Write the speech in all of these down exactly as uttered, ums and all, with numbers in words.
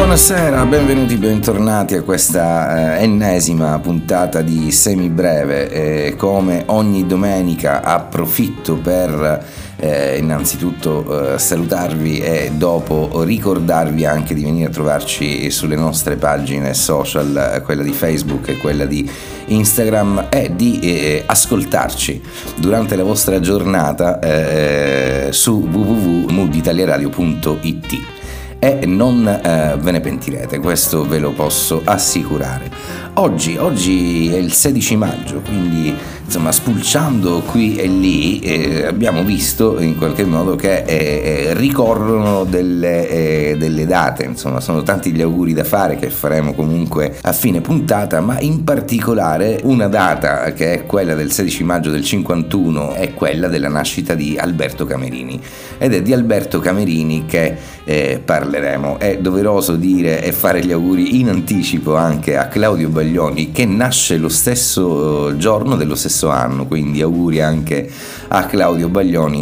Buonasera, benvenuti, bentornati a questa eh, ennesima puntata di Semibreve. Eh, come ogni domenica approfitto per eh, innanzitutto eh, salutarvi e dopo ricordarvi anche di venire a trovarci sulle nostre pagine social, quella di Facebook e quella di Instagram, e di eh, ascoltarci durante la vostra giornata eh, su w w w punto mood italia radio punto i t. E non eh, ve ne pentirete, questo ve lo posso assicurare. Oggi, oggi è il sedici maggio, quindi insomma spulciando qui e lì eh, abbiamo visto in qualche modo che eh, ricorrono delle, eh, delle date, insomma sono tanti gli auguri da fare che faremo comunque a fine puntata, ma in particolare una data che è quella del sedici maggio del cinquantuno è quella della nascita di Alberto Camerini, ed è di Alberto Camerini che eh, parleremo. È doveroso dire e fare gli auguri in anticipo anche a Claudio Baglioni, che nasce lo stesso giorno dello stesso anno, quindi auguri anche a Claudio Baglioni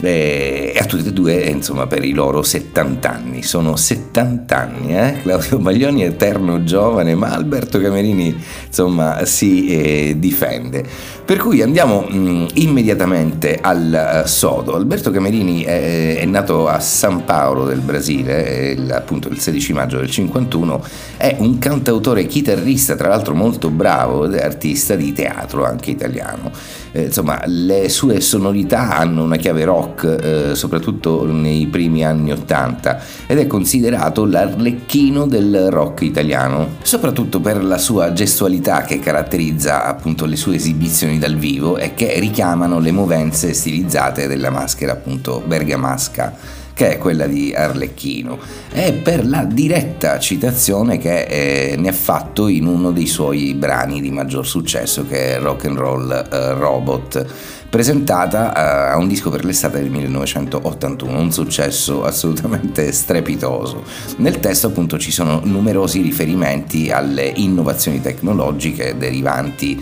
e a tutti e due, insomma, per i loro settanta anni. Sono settanta anni, eh? Claudio Baglioni è eterno giovane, ma Alberto Camerini insomma si eh, difende. Per cui andiamo mh, immediatamente al uh, sodo. Alberto Camerini è, è nato a San Paolo del Brasile, il, appunto il sedici maggio del cinquantuno. È un cantautore chitarrista, tra l'altro molto bravo, ed è artista di teatro anche italiano. Eh, insomma, le sue sonorità hanno una chiave rock, eh, soprattutto nei primi anni ottanta, ed è considerato l'Arlecchino del rock italiano, soprattutto per la sua gestualità che caratterizza appunto le sue esibizioni dal vivo e che richiamano le movenze stilizzate della maschera appunto bergamasca, che è quella di Arlecchino, e per la diretta citazione che eh, ne ha fatto in uno dei suoi brani di maggior successo, che è Rock and Roll eh, Robot, presentata eh, a un disco per l'estate del millenovecentottantuno, un successo assolutamente strepitoso. Nel testo appunto ci sono numerosi riferimenti alle innovazioni tecnologiche derivanti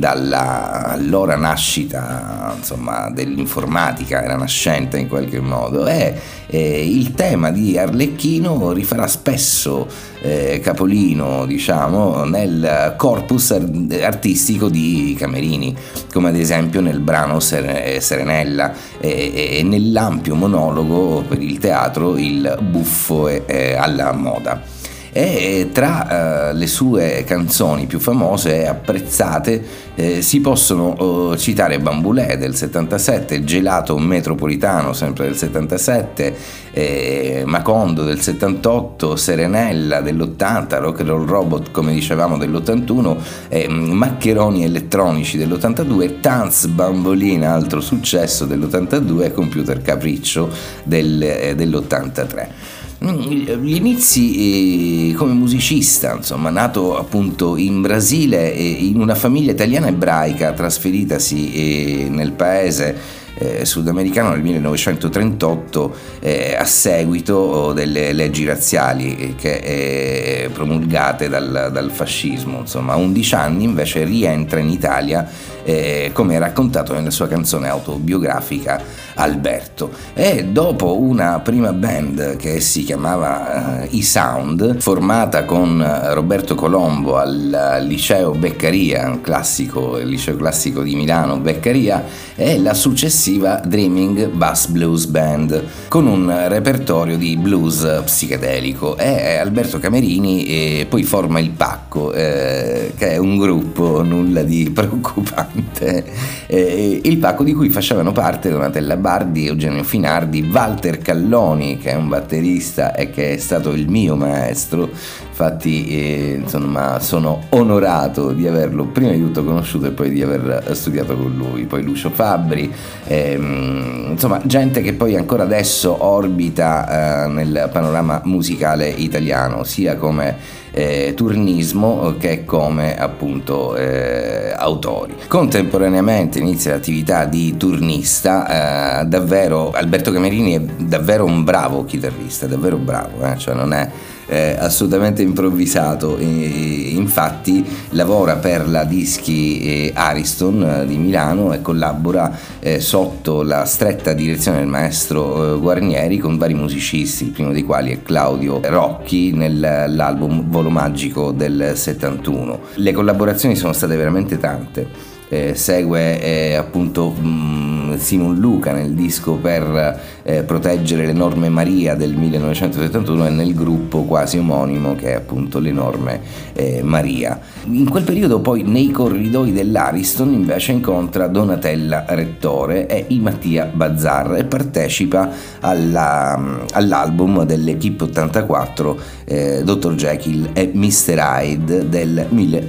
dalla allora nascita, insomma, dell'informatica, era nascente in qualche modo, e eh, il tema di Arlecchino rifarà spesso eh, capolino, diciamo, nel corpus artistico di Camerini, come ad esempio nel brano Serenella e, e nell'ampio monologo per il teatro Il buffo e, e alla moda. E tra uh, le sue canzoni più famose e apprezzate eh, si possono uh, citare Bambulè del settantasette, Gelato Metropolitano sempre del settantasette, eh, Macondo del settantotto, Serenella dell'ottanta, Rock and Roll Robot come dicevamo dell'ottantuno, eh, Maccheroni Elettronici dell'ottantadue, Tanz Bambolina, altro successo dell'ottantadue, e Computer Capriccio del, eh, dell'ottantatré. Gli inizi eh, come musicista, insomma, nato appunto in Brasile eh, in una famiglia italiana ebraica, trasferitasi eh, nel paese Eh, sudamericano nel millenovecentotrentotto eh, a seguito delle leggi razziali eh, che eh, promulgate dal, dal fascismo. Insomma, a undici anni invece rientra in Italia, eh, come raccontato nella sua canzone autobiografica Alberto, e dopo una prima band che si chiamava uh, I Sound, formata con Roberto Colombo al liceo Beccaria, un classico, il liceo classico di Milano Beccaria, e la successiva Dreaming Bass Blues Band con un repertorio di blues psichedelico, e Alberto Camerini e poi forma il Pacco, eh, che è un gruppo nulla di preoccupante, eh, il Pacco di cui facevano parte Donatella Bardi, Eugenio Finardi, Walter Calloni, che è un batterista e che è stato il mio maestro. Infatti eh, insomma sono onorato di averlo prima di tutto conosciuto e poi di aver studiato con lui. Poi Lucio Fabbri, ehm, insomma gente che poi ancora adesso orbita eh, nel panorama musicale italiano, sia come eh, turnismo che come appunto eh, autori. Contemporaneamente inizia l'attività di turnista, eh, davvero Alberto Camerini è davvero un bravo chitarrista, davvero bravo, eh? Cioè non è eh, assolutamente improvvisato. E, infatti lavora per la Dischi eh, Ariston eh, di Milano e collabora eh, sotto la stretta direzione del maestro eh, Guarnieri con vari musicisti, il primo dei quali è Claudio Rocchi nell'album Volo Magico del settantuno. Le collaborazioni sono state veramente tante. Eh, segue eh, appunto mh, Simon Luca nel disco per eh, proteggere l'enorme Maria del millenovecentosettantuno e nel gruppo quasi omonimo che è appunto l'enorme eh, Maria. In quel periodo poi nei corridoi dell'Ariston invece incontra Donatella Rettore e i Mattia Bazzar e partecipa alla, all'album dell'Equipe ottantaquattro eh, doctor Jekyll e mister Hyde del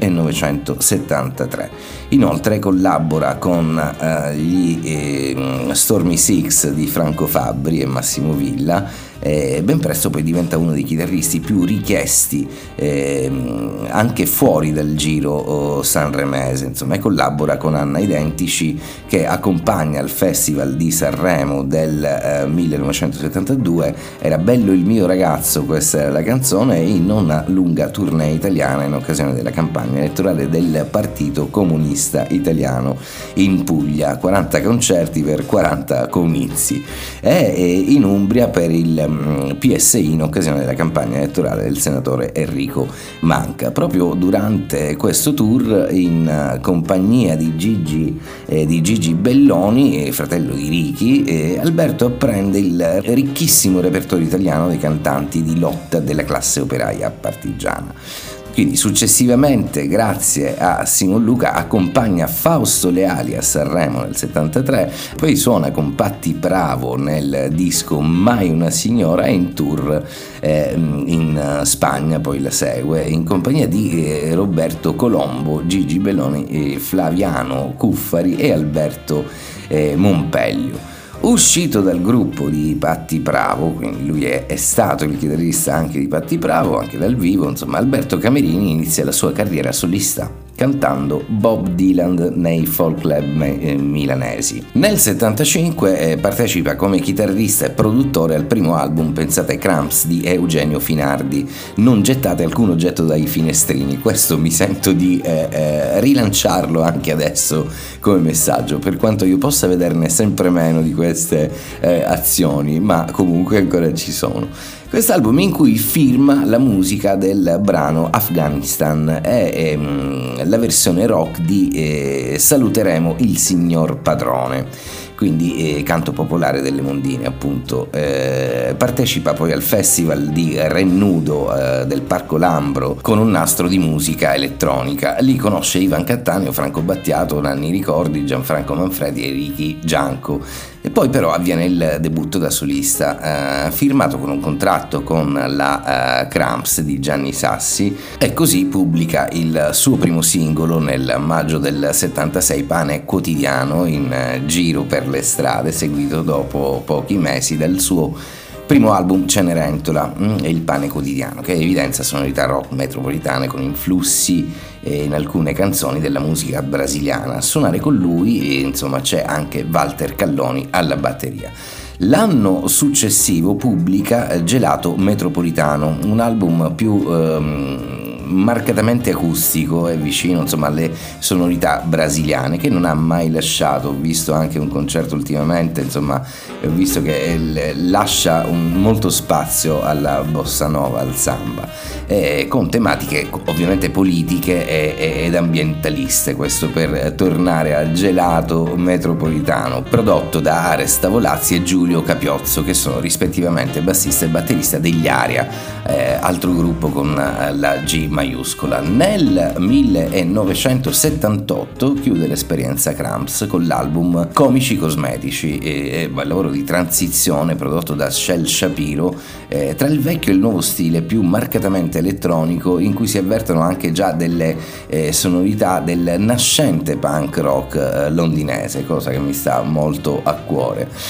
millenovecentosettantatré. Inoltre collabora con uh, gli eh, Stormy Six di Franco Fabbri e Massimo Villa e ben presto poi diventa uno dei chitarristi più richiesti eh, anche fuori dal giro oh, sanremese, insomma, e collabora con Anna Identici che accompagna al Festival di Sanremo del eh, millenovecentosettantadue. Era bello il mio ragazzo, questa era la canzone, e in una lunga tournée italiana in occasione della campagna elettorale del Partito Comunista Italiano in Puglia, quaranta concerti per quaranta comizi, e, e in Umbria per il P S I in occasione della campagna elettorale del senatore Enrico Manca. Proprio durante questo tour, in compagnia di Gigi, eh, di Gigi Belloni, fratello di Ricky, eh, Alberto apprende il ricchissimo repertorio italiano dei cantanti di lotta della classe operaia partigiana. Quindi successivamente, grazie a Simon Luca, accompagna Fausto Leali a Sanremo nel settantatré, poi suona con Patti Bravo nel disco Mai una signora e in tour eh, in Spagna poi la segue in compagnia di eh, Roberto Colombo, Gigi Belloni, eh, Flaviano Cuffari e Alberto eh, Mompelio. Uscito dal gruppo di Patti Bravo, quindi lui è, è stato il chitarrista anche di Patti Bravo, anche dal vivo, insomma, Alberto Camerini inizia la sua carriera solista cantando Bob Dylan nei folk club milanesi. Nel settantacinque eh, partecipa come chitarrista e produttore al primo album, pensate, Cramps di Eugenio Finardi, Non gettate alcun oggetto dai finestrini. Questo mi sento di eh, eh, rilanciarlo anche adesso come messaggio, per quanto io possa vederne sempre meno di queste eh, azioni, ma comunque ancora ci sono. Quest'album in cui firma la musica del brano Afghanistan è, è la versione rock di eh, Saluteremo il signor padrone, quindi eh, canto popolare delle Mondine appunto. Eh, partecipa poi al festival di Rennudo eh, del Parco Lambro con un nastro di musica elettronica. Lì conosce Ivan Cattaneo, Franco Battiato, Nanni Ricordi, Gianfranco Manfredi e Ricky Gianco. E poi però avviene il debutto da solista, eh, firmato con un contratto con la eh, Cramps di Gianni Sassi, e così pubblica il suo primo singolo nel maggio del settantasei, Pane Quotidiano, in eh, giro per le strade, seguito dopo pochi mesi dal suo primo album Cenerentola mm, e il Pane Quotidiano, che evidenzia sonorità rock metropolitane con influssi eh, in alcune canzoni della musica brasiliana. A suonare con lui e, insomma, c'è anche Walter Calloni alla batteria. L'anno successivo pubblica Gelato Metropolitano, un album più ehm, marcatamente acustico e vicino, insomma, alle sonorità brasiliane, che non ha mai lasciato. Ho visto anche un concerto ultimamente, insomma, ho visto che lascia un, molto spazio alla bossa nova, al samba, eh, con tematiche ovviamente politiche e, ed ambientaliste. Questo per tornare al Gelato Metropolitano, prodotto da Ares Tavolazzi e Giulio Capiozzo, che sono rispettivamente bassista e batterista degli Aria, eh, altro gruppo con la G maiuscola. Nel millenovecentosettantotto chiude l'esperienza Cramps con l'album Comici Cosmetici, e, e il lavoro di transizione prodotto da Shel Shapiro eh, tra il vecchio e il nuovo stile più marcatamente elettronico, in cui si avvertono anche già delle eh, sonorità del nascente punk rock eh, londinese, cosa che mi sta molto a cuore.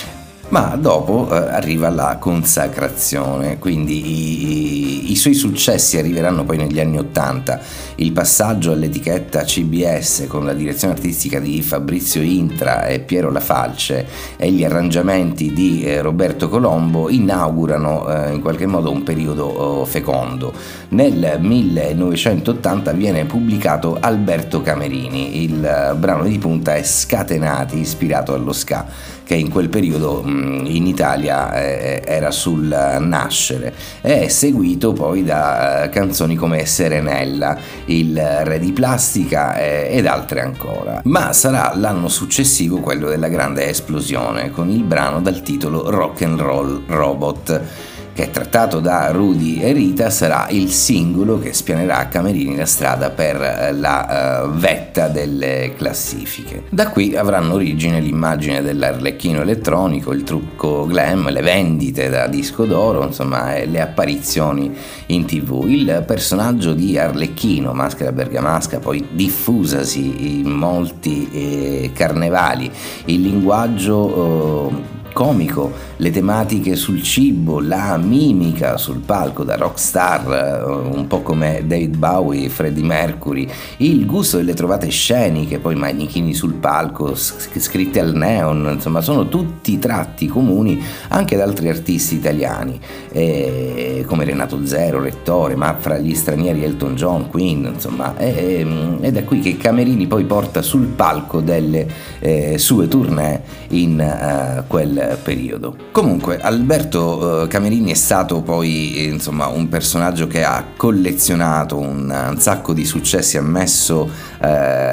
Ma dopo eh, arriva la consacrazione, quindi i, i, i suoi successi arriveranno poi negli anni ottanta, il passaggio all'etichetta C B S con la direzione artistica di Fabrizio Intra e Piero La Falce e gli arrangiamenti di eh, Roberto Colombo inaugurano eh, in qualche modo un periodo eh, fecondo. Nel millenovecentottanta viene pubblicato Alberto Camerini, il eh, brano di punta è Scatenati, ispirato allo ska, che in quel periodo mh, in Italia eh, era sul nascere. È seguito poi da eh, canzoni come Serenella, Il Re di Plastica eh, ed altre ancora. Ma sarà l'anno successivo quello della grande esplosione, con il brano dal titolo Rock and Roll Robot, che trattato da Rudy e Rita sarà il singolo che spianerà a Camerini la strada per la uh, vetta delle classifiche. Da qui avranno origine l'immagine dell'arlecchino elettronico, il trucco glam, le vendite da disco d'oro, insomma, e le apparizioni in tv. Il personaggio di Arlecchino, maschera bergamasca, poi diffusasi in molti eh, carnevali, il linguaggio eh, comico, le tematiche sul cibo, la mimica sul palco da rockstar, un po' come David Bowie, Freddie Mercury, il gusto delle trovate sceniche, poi manichini sul palco, scritte al neon, insomma sono tutti tratti comuni anche ad altri artisti italiani, eh, come Renato Zero, Rettore, ma fra gli stranieri Elton John, Queen, insomma, eh, ed è qui che Camerini poi porta sul palco delle eh, sue tournée in eh, quel periodo. Comunque Alberto eh, Camerini è stato poi insomma un personaggio che ha collezionato un, un sacco di successi, ha messo eh,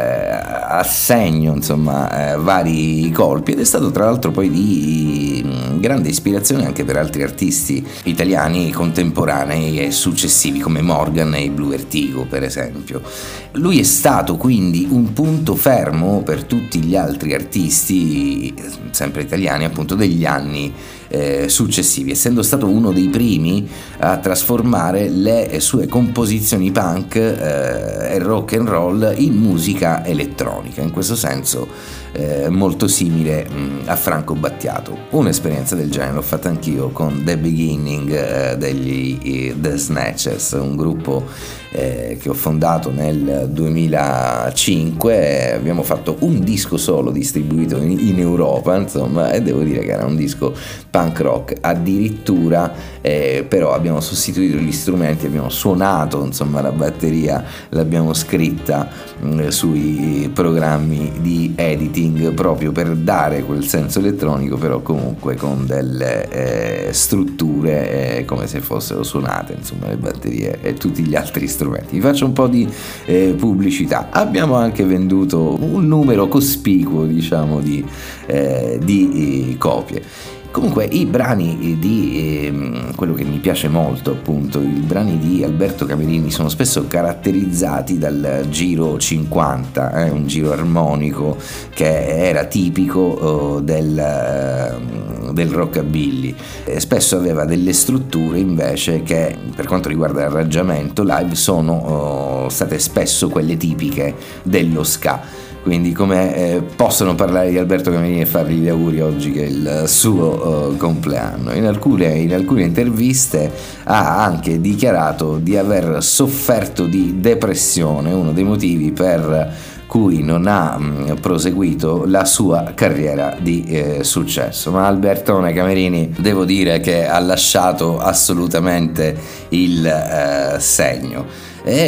a segno insomma eh, vari colpi ed è stato tra l'altro poi di mh, grande ispirazione anche per altri artisti italiani contemporanei e successivi come Morgan e i Blue Vertigo per esempio. Lui è stato quindi un punto fermo per tutti gli altri artisti sempre italiani appunto degli anni eh, successivi, essendo stato uno dei primi a trasformare le sue composizioni punk eh, e rock and roll in musica elettronica, in questo senso eh, molto simile mh, a Franco Battiato. Un'esperienza del genere l'ho fatta anch'io con The Beginning eh, degli eh, The Snatchers, un gruppo eh, che ho fondato nel duemilacinque. Abbiamo fatto un disco solo distribuito in, in Europa, insomma, e devo dire che era un disco punk rock addirittura, eh, però abbiamo sostituito gli strumenti, abbiamo suonato insomma la batteria, l'abbiamo scritta mh, sui programmi di editing proprio per dare quel senso elettronico, però comunque con delle eh, strutture eh, come se fossero suonate insomma le batterie e tutti gli altri strumenti. Vi faccio un po' di eh, pubblicità. Abbiamo anche venduto un numero cospicuo diciamo di, eh, di eh, copie. Comunque i brani di eh, quello che mi piace molto appunto, i brani di Alberto Camerini sono spesso caratterizzati dal giro cinquanta, eh, un giro armonico che era tipico oh, del, eh, del rockabilly. E spesso aveva delle strutture invece che per quanto riguarda l'arrangiamento live sono oh, state spesso quelle tipiche dello ska. Quindi come eh, possono parlare di Alberto Camerini e fargli gli auguri oggi che è il suo uh, compleanno. In alcune, in alcune interviste ha anche dichiarato di aver sofferto di depressione, uno dei motivi per cui non ha mh, proseguito la sua carriera di eh, successo. Ma Albertone Camerini devo dire che ha lasciato assolutamente il eh, segno.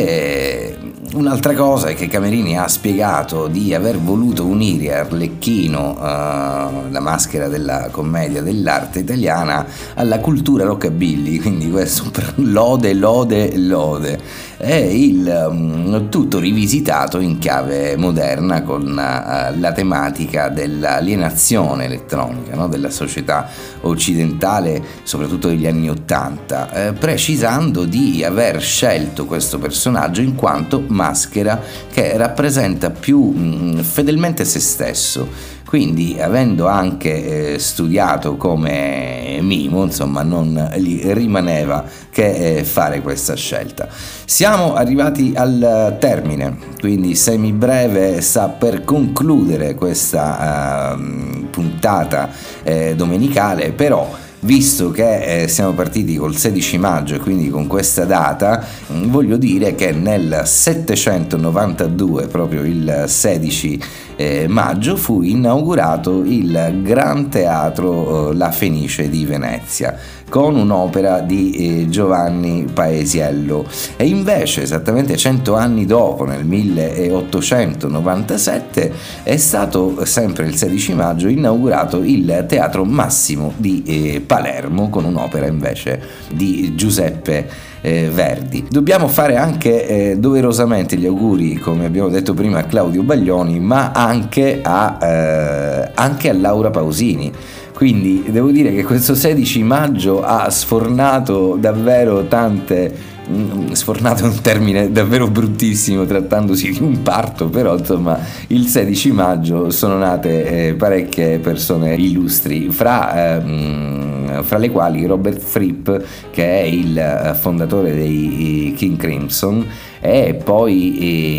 E un'altra cosa è che Camerini ha spiegato di aver voluto unire Arlecchino, uh, la maschera della commedia dell'arte italiana, alla cultura rockabilly, quindi questo lode, lode, lode. È il um, tutto rivisitato in chiave moderna con uh, la tematica dell'alienazione elettronica, no? Della società occidentale, soprattutto degli anni Ottanta, eh, precisando di aver scelto questo personaggio in quanto maschera che rappresenta più mh, fedelmente se stesso. Quindi, avendo anche eh, studiato come mimo, insomma, non gli rimaneva che eh, fare questa scelta. Siamo arrivati al termine, quindi Semibreve sta per concludere questa uh, puntata eh, domenicale, però visto che eh, siamo partiti col sedici maggio e quindi con questa data, mh, voglio dire che nel settecentonovantadue, proprio il sedici eh, maggio, fu inaugurato il Gran Teatro eh, La Fenice di Venezia con un'opera di eh, Giovanni Paesiello. E invece, esattamente cento anni dopo, nel milleottocentonovantasette, è stato sempre il sedici maggio inaugurato il Teatro Massimo di eh, Palermo con un'opera invece di Giuseppe eh, Verdi. Dobbiamo fare anche eh, doverosamente gli auguri, come abbiamo detto prima, a Claudio Baglioni, ma anche a, eh, anche a Laura Pausini. Quindi devo dire che questo sedici maggio ha sfornato davvero tante, sfornato è un termine davvero bruttissimo trattandosi di un parto, però insomma il sedici maggio sono nate eh, parecchie persone illustri, fra, eh, fra le quali Robert Fripp, che è il fondatore dei King Crimson, e poi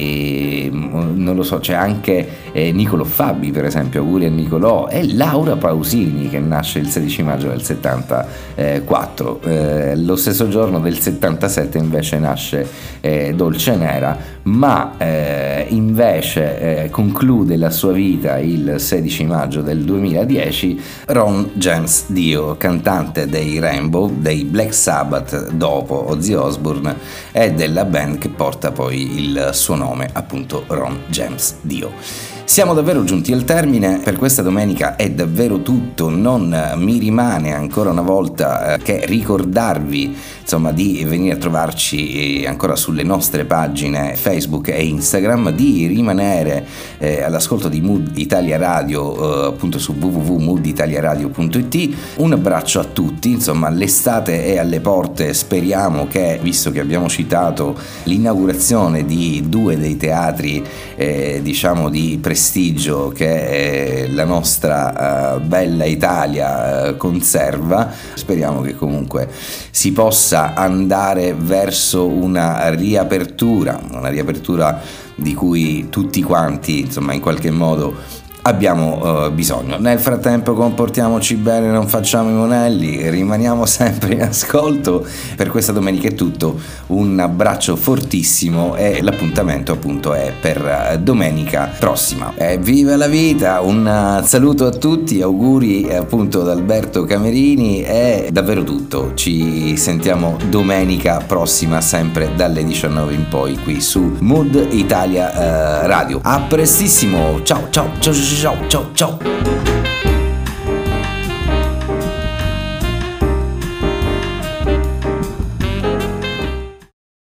eh, non lo so, c'è anche eh, Nicolò Fabi, per esempio, auguri a Nicolò, e Laura Pausini, che nasce il sedici maggio del settantaquattro. Eh, lo stesso giorno del settantasette invece nasce eh, Dolce Nera, ma eh, invece eh, conclude la sua vita il sedici maggio del duemiladieci Ron James Dio, cantante dei Rainbow, dei Black Sabbath dopo Ozzy Osbourne e della band che porta poi il suo nome, appunto Ron James Dio. Siamo davvero giunti al termine, per questa domenica è davvero tutto, non mi rimane ancora una volta che ricordarvi insomma di venire a trovarci ancora sulle nostre pagine Facebook e Instagram, di rimanere eh, all'ascolto di Mood Italia Radio eh, appunto su w w w punto mood italia radio punto i t. Un abbraccio a tutti, insomma l'estate è alle porte, speriamo che, visto che abbiamo citato l'inaugurazione di due dei teatri eh, diciamo di prestigio che eh, la nostra uh, bella Italia uh, conserva, speriamo che comunque si possa andare verso una riapertura, una riapertura di cui tutti quanti, insomma, in qualche modo abbiamo uh, bisogno. Nel frattempo comportiamoci bene, non facciamo i monelli, rimaniamo sempre in ascolto. Per questa domenica è tutto, un abbraccio fortissimo e l'appuntamento appunto è per domenica prossima. E viva la vita, un saluto a tutti, auguri appunto da Alberto Camerini, è davvero tutto. Ci sentiamo domenica prossima sempre dalle diciannove in poi qui su Mood Italia uh, Radio. A prestissimo, ciao ciao ciao ciao ciao ciao.